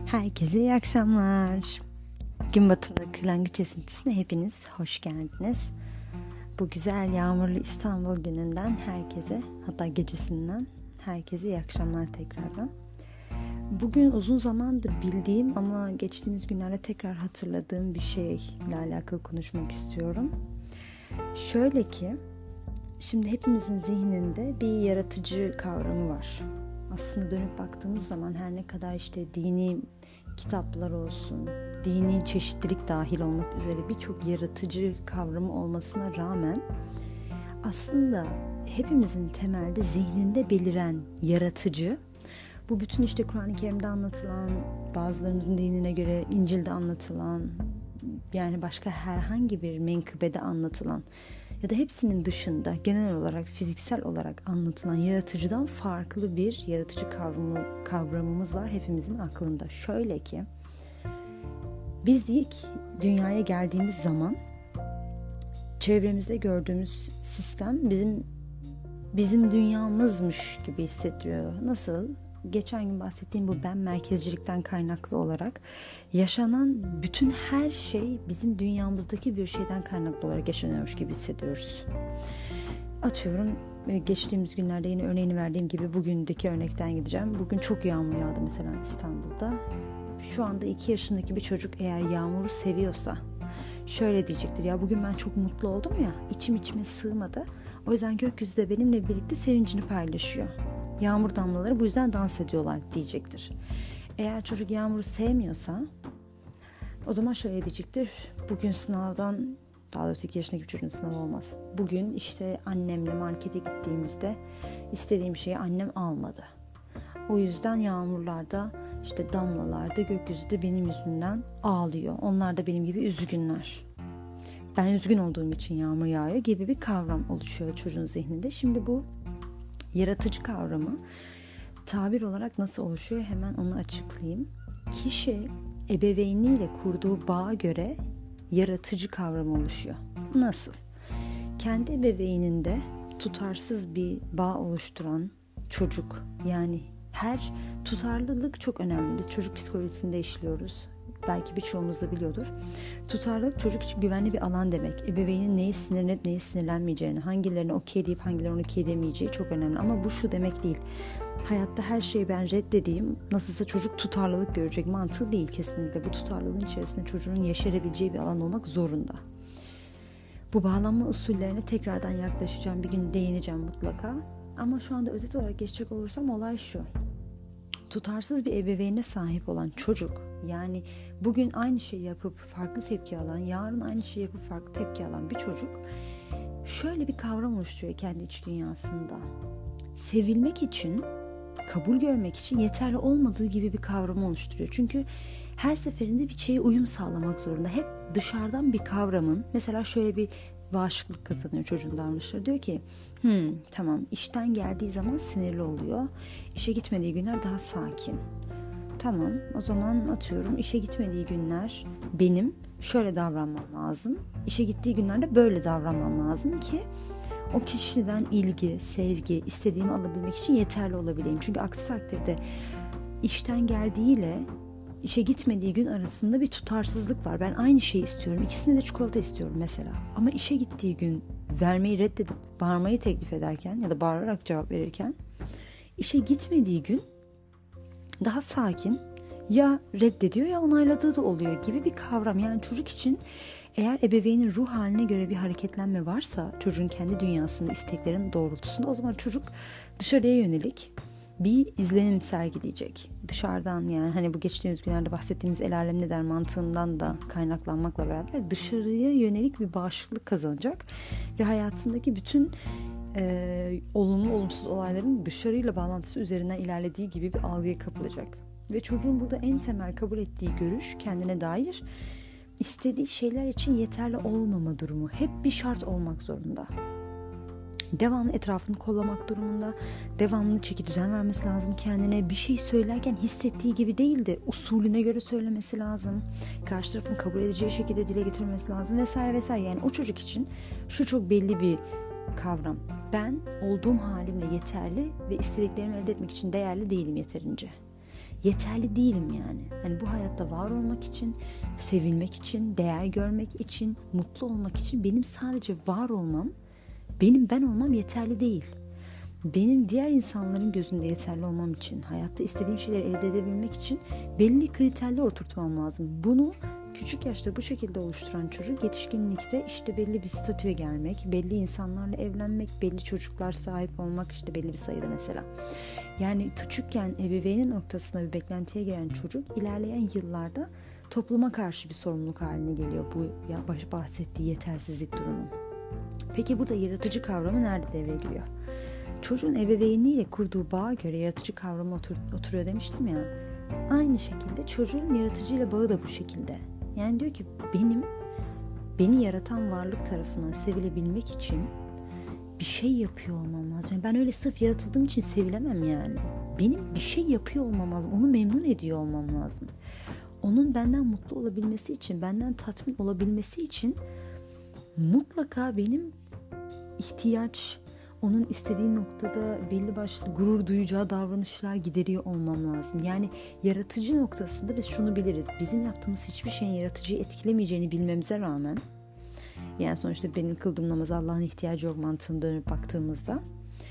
Herkese iyi akşamlar. Gün batımında kırlangıç esintisine hepiniz hoş geldiniz. Bu güzel yağmurlu İstanbul gününden herkese, hatta gecesinden herkese iyi akşamlar tekrardan. Bugün uzun zamandır bildiğim ama geçtiğimiz günlerde tekrar hatırladığım bir şeyle alakalı konuşmak istiyorum. Şöyle ki, şimdi hepimizin zihninde bir yaratıcı kavramı var. Aslında dönüp baktığımız zaman her ne kadar işte dini kitaplar olsun, dini çeşitlilik dahil olmak üzere birçok yaratıcı kavramı olmasına rağmen aslında hepimizin temelde zihninde beliren yaratıcı, bu bütün işte Kur'an-ı Kerim'de anlatılan, bazılarımızın dinine göre İncil'de anlatılan, yani başka herhangi bir menkıbede anlatılan ya da hepsinin dışında genel olarak fiziksel olarak anlatılan yaratıcıdan farklı bir yaratıcı kavramımız var hepimizin aklında. Şöyle ki, biz ilk dünyaya geldiğimiz zaman çevremizde gördüğümüz sistem bizim dünyamızmış gibi hissettiriyor. Nasıl? Geçen gün bahsettiğim bu ben merkezcilikten kaynaklı olarak yaşanan bütün her şey bizim dünyamızdaki bir şeyden kaynaklı olarak yaşanıyormuş gibi hissediyoruz. Atıyorum, geçtiğimiz günlerde yine örneğini verdiğim gibi bugündeki örnekten gideceğim. Bugün çok yağmur yağdı mesela İstanbul'da. Şu anda 2 yaşındaki bir çocuk eğer yağmuru seviyorsa şöyle diyecektir: ya bugün ben çok mutlu oldum ya, içime sığmadı. O yüzden gökyüzü de benimle birlikte sevincini paylaşıyor. Yağmur damlaları bu yüzden dans ediyorlar diyecektir. Eğer çocuk yağmuru sevmiyorsa o zaman şöyle diyecektir: bugün sınavdan, daha doğrusu 2 yaşındaki bir çocuğun sınavı olmaz. Bugün işte annemle markete gittiğimizde istediğim şeyi annem almadı. O yüzden yağmurlarda, işte damlalarda, gökyüzü benim yüzümden ağlıyor. Onlar da benim gibi üzgünler. Ben üzgün olduğum için yağmur yağıyor gibi bir kavram oluşuyor çocuğun zihninde. Şimdi bu yaratıcı kavramı tabir olarak nasıl oluşuyor, hemen onu açıklayayım. Kişi ebeveyniyle kurduğu bağa göre yaratıcı kavramı oluşuyor. Nasıl? Kendi ebeveyninde tutarsız bir bağ oluşturan çocuk, yani her tutarlılık çok önemli. Biz çocuk psikolojisinde işliyoruz. Belki birçoğumuz da biliyordur. Tutarlılık çocuk için güvenli bir alan demek. Ebeveynin neyi sinirlenip neyi sinirlenmeyeceğini, hangilerini okey deyip hangilerini okey demeyeceği çok önemli. Ama bu şu demek değil: hayatta her şeyi ben reddedeyim, nasılsa çocuk tutarlılık görecek mantığı değil kesinlikle. Bu tutarlılığın içerisinde çocuğun yeşerebileceği bir alan olmak zorunda. Bu bağlanma usullerine tekrardan yaklaşacağım. Bir gün değineceğim mutlaka. Ama şu anda özet olarak geçecek olursam olay şu: tutarsız bir ebeveyne sahip olan çocuk, yani bugün aynı şeyi yapıp farklı tepki alan, yarın aynı şeyi yapıp farklı tepki alan bir çocuk şöyle bir kavram oluşturuyor kendi iç dünyasında. Sevilmek için, kabul görmek için yeterli olmadığı gibi bir kavramı oluşturuyor. Çünkü her seferinde bir şeye uyum sağlamak zorunda. Hep dışarıdan bir kavramın, mesela şöyle bir bağışıklık kazanıyor çocuğun davranışları. Diyor ki tamam, işten geldiği zaman sinirli oluyor. İşe gitmediği günler daha sakin. Tamam, o zaman atıyorum, işe gitmediği günler benim şöyle davranmam lazım. İşe gittiği günlerde böyle davranmam lazım ki o kişiden ilgi, sevgi, istediğimi alabilmek için yeterli olabileyim. Çünkü aksi takdirde işten geldiğiyle işe gitmediği gün arasında bir tutarsızlık var. Ben aynı şeyi istiyorum. İkisine de çikolata istiyorum mesela. Ama işe gittiği gün vermeyi reddedip bağırmayı teklif ederken ya da bağırarak cevap verirken, işe gitmediği gün daha sakin, ya reddediyor ya onayladığı da oluyor gibi bir kavram. Yani çocuk için eğer ebeveynin ruh haline göre bir hareketlenme varsa çocuğun kendi dünyasında, isteklerinin doğrultusunda, o zaman çocuk dışarıya yönelik bir izlenim sergileyecek. Dışarıdan, yani hani bu geçtiğimiz günlerde bahsettiğimiz el alem ne der mantığından da kaynaklanmakla beraber dışarıya yönelik bir bağışıklık kazanacak ve hayatındaki bütün olumlu olumsuz olayların dışarıyla bağlantısı üzerinden ilerlediği gibi bir algıya kapılacak. Ve çocuğun burada en temel kabul ettiği görüş, kendine dair istediği şeyler için yeterli olmama durumu. Hep bir şart olmak zorunda. Devamlı etrafını kollamak durumunda, devamlı çeki düzen vermesi lazım kendine. Bir şey söylerken hissettiği gibi değil de usulüne göre söylemesi lazım. Karşı tarafın kabul edeceği şekilde dile getirmesi lazım vesaire vesaire. Yani o çocuk için şu çok belli bir kavram: ben olduğum halimle yeterli ve istediklerimi elde etmek için değerli değilim yeterince. yeterli değilim yani. Hani bu hayatta var olmak için, sevilmek için, değer görmek için, mutlu olmak için benim sadece var olmam, benim ben olmam yeterli değil. Benim diğer insanların gözünde yeterli olmam için, hayatta istediğim şeyleri elde edebilmek için belli kriterler oturtmam lazım. Bunu küçük yaşta bu şekilde oluşturan çocuk yetişkinlikte işte belli bir statüye gelmek, belli insanlarla evlenmek, belli çocuklar sahip olmak, işte belli bir sayıda mesela. Yani küçükken ebeveynin noktasına bir beklentiye gelen çocuk ilerleyen yıllarda topluma karşı bir sorumluluk haline geliyor bu bahsettiği yetersizlik durumu. Peki burada yaratıcı kavramı nerede devreye giriyor? Çocuğun ebeveyniyle kurduğu bağa göre yaratıcı kavramı oturuyor demiştim ya. Aynı şekilde çocuğun yaratıcıyla bağı da bu şekilde. Yani diyor ki beni yaratan varlık tarafından sevilebilmek için bir şey yapıyor olmam lazım. Yani ben öyle sırf yaratıldığım için sevilemem yani. Benim bir şey yapıyor olmam lazım. Onu memnun ediyor olmam lazım. Onun benden mutlu olabilmesi için, benden tatmin olabilmesi için mutlaka benim onun istediği noktada belli başlı gurur duyacağı davranışlar gideriyor olmam lazım. Yani yaratıcı noktasında biz şunu biliriz. Bizim yaptığımız hiçbir şeyin yaratıcıyı etkilemeyeceğini bilmemize rağmen, yani sonuçta benim kıldığım namaza Allah'ın ihtiyacı yok mantığına dönüp baktığımızda,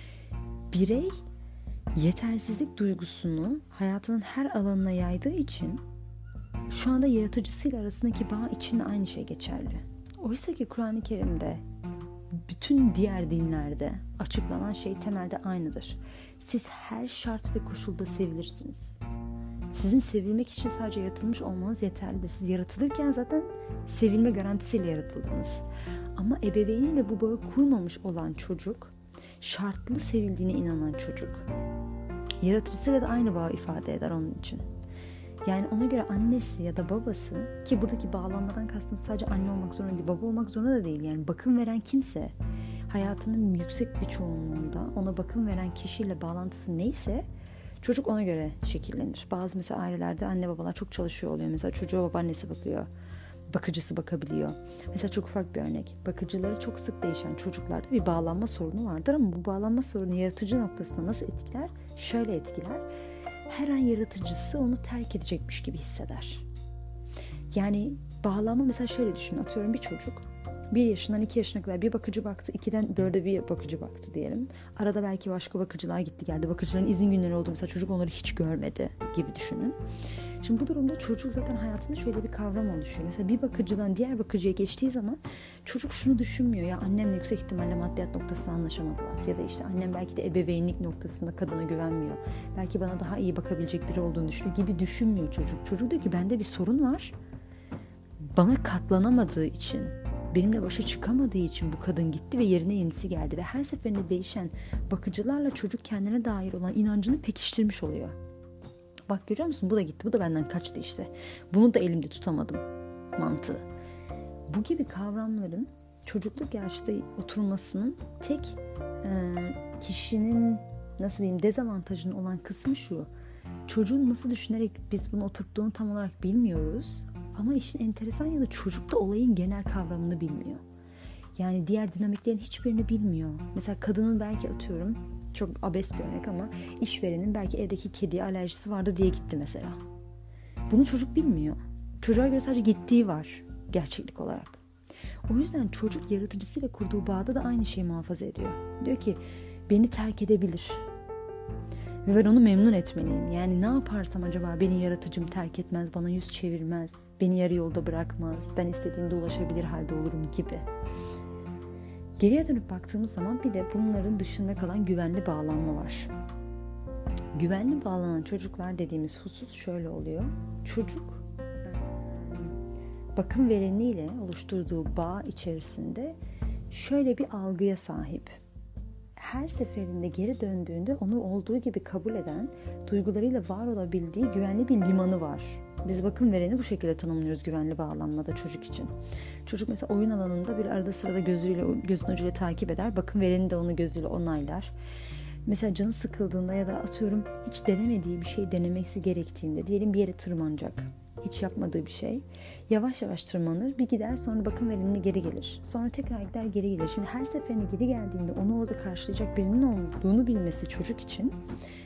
birey yetersizlik duygusunu hayatının her alanına yaydığı için şu anda yaratıcısıyla arasındaki bağ için aynı şey geçerli. Oysa ki Kur'an-ı Kerim'de, bütün diğer dinlerde açıklanan şey temelde aynıdır. Siz her şart ve koşulda sevilirsiniz. Sizin sevilmek için sadece yaratılmış olmanız yeterlidir. Siz yaratılırken zaten sevilme garantisiyle yaratıldınız. Ama ebeveyniyle bu bağı kurmamış olan çocuk, şartlı sevildiğine inanan çocuk, yaratıcısıyla da aynı bağı ifade eder onun için. Yani ona göre annesi ya da babası, ki buradaki bağlanmadan kastım sadece anne olmak zorunda değil, baba olmak zorunda da değil. Yani bakım veren kimse, hayatının yüksek bir çoğunluğunda ona bakım veren kişiyle bağlantısı neyse çocuk ona göre şekillenir. Bazı mesela ailelerde anne babalar çok çalışıyor oluyor. Mesela çocuğa babaannesi bakıyor, bakıcısı bakabiliyor. Mesela çok ufak bir örnek. Bakıcıları çok sık değişen çocuklarda bir bağlanma sorunu vardır ama bu bağlanma sorunu yaratıcı noktasına nasıl etkiler? Şöyle etkiler. Her an yaratıcısı onu terk edecekmiş gibi hisseder. Yani bağlanma mesela şöyle düşün. Atıyorum bir çocuk 1 yaşından 2 yaşına kadar bir bakıcı baktı. 2'den 4'e bir bakıcı baktı diyelim. Arada belki başka bakıcılar gitti geldi. Bakıcıların izin günleri oldu. Mesela çocuk onları hiç görmedi gibi düşünün. Şimdi bu durumda çocuk zaten hayatında şöyle bir kavram oluşuyor. Mesela bir bakıcıdan diğer bakıcıya geçtiği zaman çocuk şunu düşünmüyor. Ya annemle yüksek ihtimalle maddiyat noktasında anlaşamadılar. Ya da işte annem belki de ebeveynlik noktasında kadına güvenmiyor. Belki bana daha iyi bakabilecek biri olduğunu düşünüyor gibi düşünmüyor çocuk. Çocuk diyor ki bende bir sorun var. Bana katlanamadığı için, benimle başa çıkamadığı için bu kadın gitti ve yerine yenisi geldi. Ve her seferinde değişen bakıcılarla çocuk kendine dair olan inancını pekiştirmiş oluyor. Bak görüyor musun? Bu da gitti. Bu da benden kaçtı işte. Bunu da elimde tutamadım mantığı. Bu gibi kavramların çocukluk yaşta oturmasının tek kişinin dezavantajının olan kısmı şu. Çocuğun nasıl düşünerek biz bunu oturttuğunu tam olarak bilmiyoruz. Ama işin enteresan yanı çocuk da olayın genel kavramını bilmiyor. Yani diğer dinamiklerin hiçbirini bilmiyor. Mesela kadının belki atıyorum, çok abes bir örnek ama işverenin belki evdeki kediye alerjisi vardı diye gitti mesela. Bunu çocuk bilmiyor. Çocuğa göre sadece gittiği var gerçeklik olarak. O yüzden çocuk yaratıcısıyla kurduğu bağda da aynı şeyi muhafaza ediyor. Diyor ki beni terk edebilir. Ve ben onu memnun etmeliyim. Yani ne yaparsam acaba beni yaratıcım terk etmez, bana yüz çevirmez, beni yarı yolda bırakmaz, ben istediğimde ulaşabilir halde olurum gibi. Geriye dönüp baktığımız zaman bir de bunların dışında kalan güvenli bağlanma var. Güvenli bağlanan çocuklar dediğimiz husus şöyle oluyor. Çocuk bakım vereniyle oluşturduğu bağ içerisinde şöyle bir algıya sahip. Her seferinde geri döndüğünde onu olduğu gibi kabul eden, duygularıyla var olabildiği güvenli bir limanı var. Biz bakım vereni bu şekilde tanımlıyoruz güvenli bağlanmada çocuk için. Çocuk mesela oyun alanında bir arada sırada gözün ucuyla takip eder. Bakım vereni de onu gözüyle onaylar. Mesela canı sıkıldığında ya da atıyorum hiç denemediği bir şey denemesi gerektiğinde, diyelim bir yere tırmanacak. Hiç yapmadığı bir şey. Yavaş yavaş tırmanır, bir gider, sonra bakım verenine geri gelir. Sonra tekrar gider, geri gelir. Şimdi her seferinde geri geldiğinde onu orada karşılayacak birinin olduğunu bilmesi çocuk için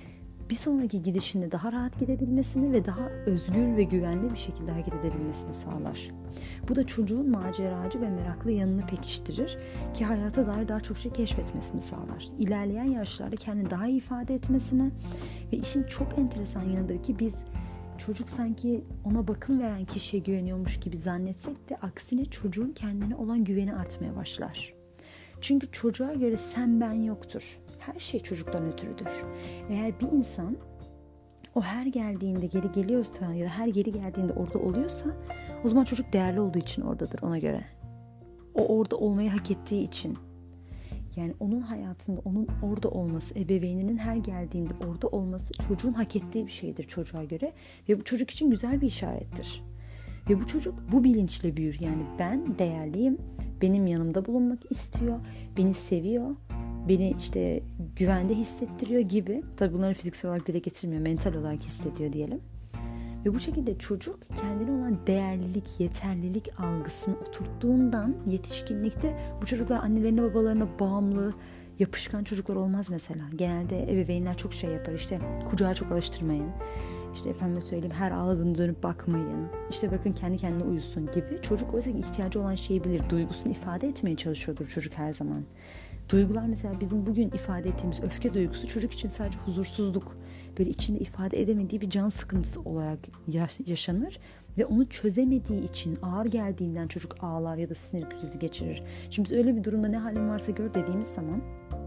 bir sonraki gidişinde daha rahat gidebilmesini ve daha özgür ve güvenli bir şekilde hareket edebilmesini sağlar. Bu da çocuğun maceracı ve meraklı yanını pekiştirir ki hayata dair daha çok şey keşfetmesini sağlar. İlerleyen yaşlarda kendini daha iyi ifade etmesine ve işin çok enteresan yanıdır ki biz çocuk sanki ona bakım veren kişiye güveniyormuş gibi zannetsek de aksine çocuğun kendine olan güveni artmaya başlar. Çünkü çocuğa göre sen ben yoktur. Her şey çocuktan ötürüdür. Eğer bir insan o her geldiğinde geri geliyorsa ya da her geri geldiğinde orada oluyorsa o zaman çocuk değerli olduğu için oradadır ona göre. O orada olmayı hak ettiği için. Yani onun hayatında onun orada olması, ebeveyninin her geldiğinde orada olması çocuğun hak ettiği bir şeydir çocuğa göre. Ve bu çocuk için güzel bir işarettir. Ve bu çocuk bu bilinçle büyür. Yani ben değerliyim, benim yanımda bulunmak istiyor, beni seviyor, beni işte güvende hissettiriyor gibi. Tabii bunları fiziksel olarak dile getirmiyor, mental olarak hissediyor diyelim. Ve bu şekilde çocuk kendine olan değerlilik, yeterlilik algısını oturttuğundan yetişkinlikte bu çocuklar annelerine babalarına bağımlı, yapışkan çocuklar olmaz mesela. Genelde ebeveynler çok şey yapar, işte kucağa çok alıştırmayın. İşte efendime söyleyeyim her ağladığında dönüp bakmayın. İşte bakın kendi kendine uyusun gibi. Çocuk oysa ihtiyacı olan şeyi bilir. Duygusunu ifade etmeye çalışıyordur çocuk her zaman. Duygular mesela bizim bugün ifade ettiğimiz öfke duygusu çocuk için sadece huzursuzluk, böyle içinde ifade edemediği bir can sıkıntısı olarak yaşanır ve onu çözemediği için ağır geldiğinden çocuk ağlar ya da sinir krizi geçirir. Şimdi biz öyle bir durumda ne halin varsa gör dediğimiz zaman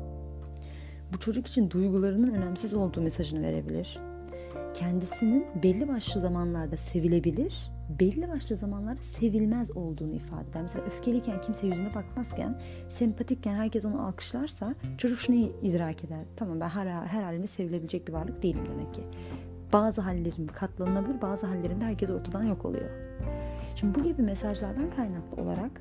bu çocuk için duygularının önemsiz olduğu mesajını verebilir. Kendisinin belli başlı zamanlarda sevilebilir, belli başlı zamanlarda sevilmez olduğunu ifade eder. Mesela öfkeliyken kimse yüzüne bakmazken, sempatikken herkes onu alkışlarsa çocuk şunu idrak eder. Tamam, ben her halimde sevilebilecek bir varlık değilim demek ki. Bazı hallerim katlanılabilir, bazı hallerimde herkes ortadan yok oluyor. Şimdi bu gibi mesajlardan kaynaklı olarak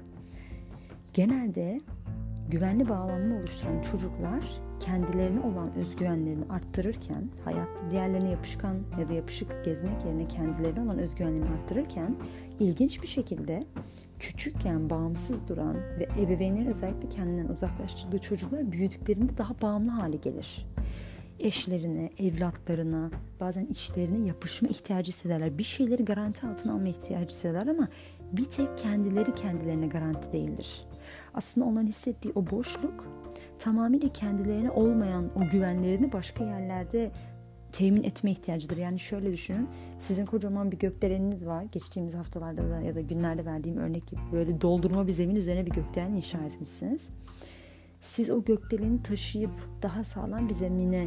genelde güvenli bağlanma oluşturan çocuklar kendilerine olan özgüvenlerini arttırırken, hayatta diğerlerine yapışkan ya da yapışık gezmek yerine kendilerine olan özgüvenlerini arttırırken ilginç bir şekilde küçükken bağımsız duran ve ebeveynlerin özellikle kendinden uzaklaştırdığı çocuklar büyüdüklerinde daha bağımlı hale gelir. Eşlerine, evlatlarına, bazen işlerine yapışma ihtiyacı hissederler. Bir şeyleri garanti altına alma ihtiyacı hissederler ama bir tek kendileri kendilerine garanti değildir. Aslında onların hissettiği o boşluk tamamıyla kendilerine olmayan o güvenlerini başka yerlerde temin etme ihtiyacıdır. Yani şöyle düşünün, sizin kocaman bir gökdeleniniz var. Geçtiğimiz haftalarda da ya da günlerde verdiğim örnek gibi böyle doldurma bir zemin üzerine bir gökdelen inşa etmişsiniz. Siz o gökdeleni taşıyıp daha sağlam bir zemine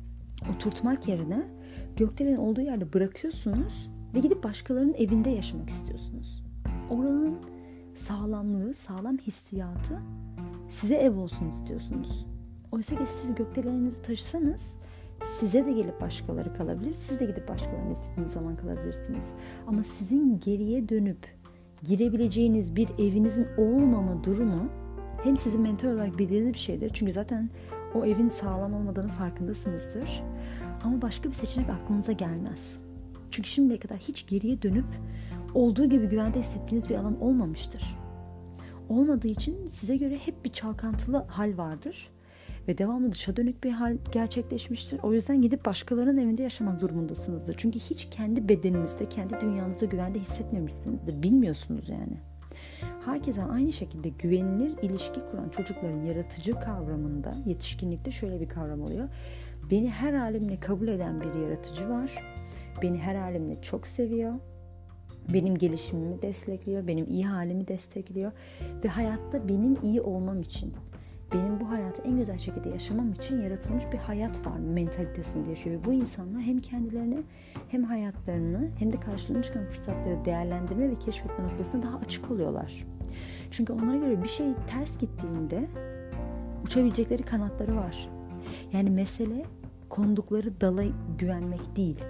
oturtmak yerine gökdelenin olduğu yerde bırakıyorsunuz ve gidip başkalarının evinde yaşamak istiyorsunuz. Oranın sağlamlığı, sağlam hissiyatı size ev olsun istiyorsunuz. Oysa ki siz gökdeleninizi taşısanız size de gelip başkaları kalabilir. Siz de gidip başkalarının istediğiniz zaman kalabilirsiniz. Ama sizin geriye dönüp girebileceğiniz bir evinizin olmama durumu hem sizin mental olarak bildiğiniz bir şeydir. Çünkü zaten o evin sağlam olmadığını farkındasınızdır. Ama başka bir seçenek aklınıza gelmez. Çünkü şimdiye kadar hiç geriye dönüp olduğu gibi güvende hissettiğiniz bir alan olmamıştır. Olmadığı için size göre hep bir çalkantılı hal vardır ve devamlı dışa dönük bir hal gerçekleşmiştir. O yüzden gidip başkalarının evinde yaşamak durumundasınızdır. Çünkü hiç kendi bedeninizde, kendi dünyanızda güvende hissetmemişsinizdir. Bilmiyorsunuz yani. Herkese aynı şekilde güvenilir ilişki kuran çocukların yaratıcı kavramında, yetişkinlikte şöyle bir kavram oluyor. Beni her halimle kabul eden bir yaratıcı var. Beni her halimle çok seviyor. Benim gelişimimi destekliyor, benim iyi halimi destekliyor ve hayatta benim iyi olmam için, benim bu hayatı en güzel şekilde yaşamam için yaratılmış bir hayat var mentalitesinde yaşıyor. Ve bu insanlar hem kendilerini hem hayatlarını hem de karşılarına çıkan fırsatları değerlendirme ve keşfetme noktasında daha açık oluyorlar. Çünkü onlara göre bir şey ters gittiğinde uçabilecekleri kanatları var. Yani mesele kondukları dala güvenmek değil.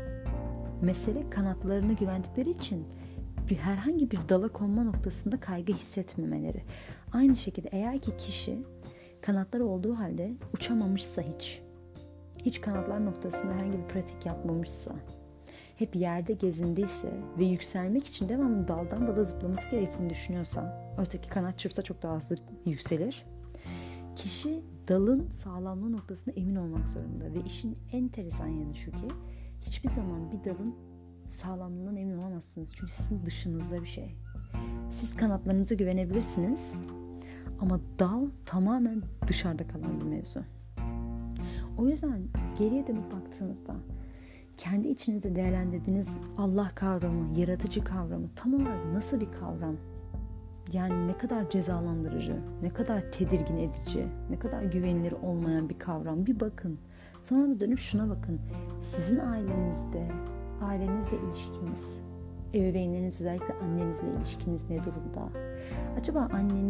Mesele kanatlarına güvendikleri için herhangi bir dala konma noktasında kaygı hissetmemeleri. Aynı şekilde eğer ki kişi kanatları olduğu halde uçamamışsa hiç kanatlar noktasında herhangi bir pratik yapmamışsa, hep yerde gezindiyse ve yükselmek için devamlı daldan dala zıplaması gerektiğini düşünüyorsa, oysa ki kanat çırpsa çok daha hızlı yükselir. Kişi dalın sağlamlığı noktasında emin olmak zorunda ve işin enteresan yanı şu ki hiçbir zaman bir dalın sağlamlığından emin olamazsınız. Çünkü sizin dışınızda bir şey. Siz kanatlarınıza güvenebilirsiniz ama dal tamamen dışarıda kalan bir mevzu. O yüzden geriye dönüp baktığınızda kendi içinizde değerlendirdiğiniz Allah kavramı, yaratıcı kavramı tam olarak nasıl bir kavram? Yani ne kadar cezalandırıcı, ne kadar tedirgin edici, ne kadar güvenilir olmayan bir kavram. Bir bakın. Sonra da dönüp şuna bakın. Sizin ailenizle ilişkiniz, ebeveynleriniz, özellikle annenizle ilişkiniz ne durumda? Acaba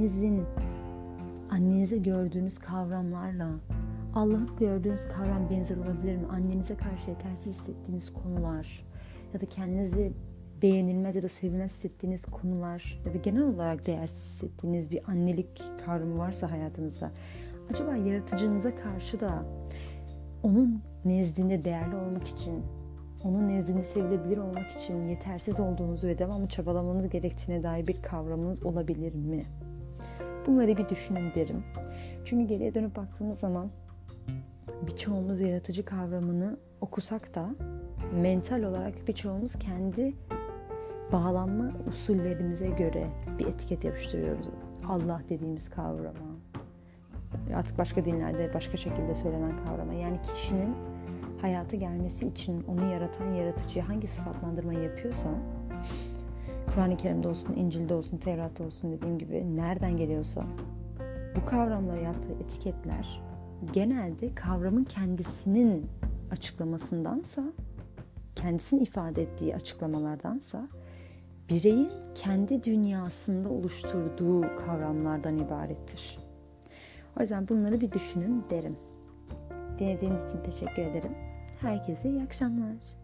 annenize gördüğünüz kavramlarla Allah'ı gördüğünüz kavram benzer olabilir mi? Annenize karşı yetersiz hissettiğiniz konular ya da kendinizi beğenilmez ya da sevilmez hissettiğiniz konular ya da genel olarak değersiz hissettiğiniz bir annelik kavramı varsa hayatınızda, acaba yaratıcınıza karşı da onun nezdinde değerli olmak için, onun nezdinde sevilebilir olmak için yetersiz olduğunuzu ve devamlı çabalamanız gerektiğine dair bir kavramınız olabilir mi? Bunları bir düşünün derim. Çünkü geriye dönüp baktığımız zaman birçoğumuz yaratıcı kavramını okusak da mental olarak birçoğumuz kendi bağlanma usullerimize göre bir etiket yapıştırıyoruz. Allah dediğimiz kavrama, artık başka dinlerde başka şekilde söylenen kavrama. Yani kişinin hayata gelmesi için onu yaratan yaratıcıya hangi sıfatlandırmayı yapıyorsa, Kur'an-ı Kerim'de olsun, İncil'de olsun, Tevrat'ta olsun, dediğim gibi nereden geliyorsa bu kavramlara yaptığı etiketler genelde kavramın kendisinin açıklamasındansa, kendisinin ifade ettiği açıklamalardansa bireyin kendi dünyasında oluşturduğu kavramlardan ibarettir. O yüzden bunları bir düşünün derim. Dinlediğiniz için teşekkür ederim. Herkese iyi akşamlar.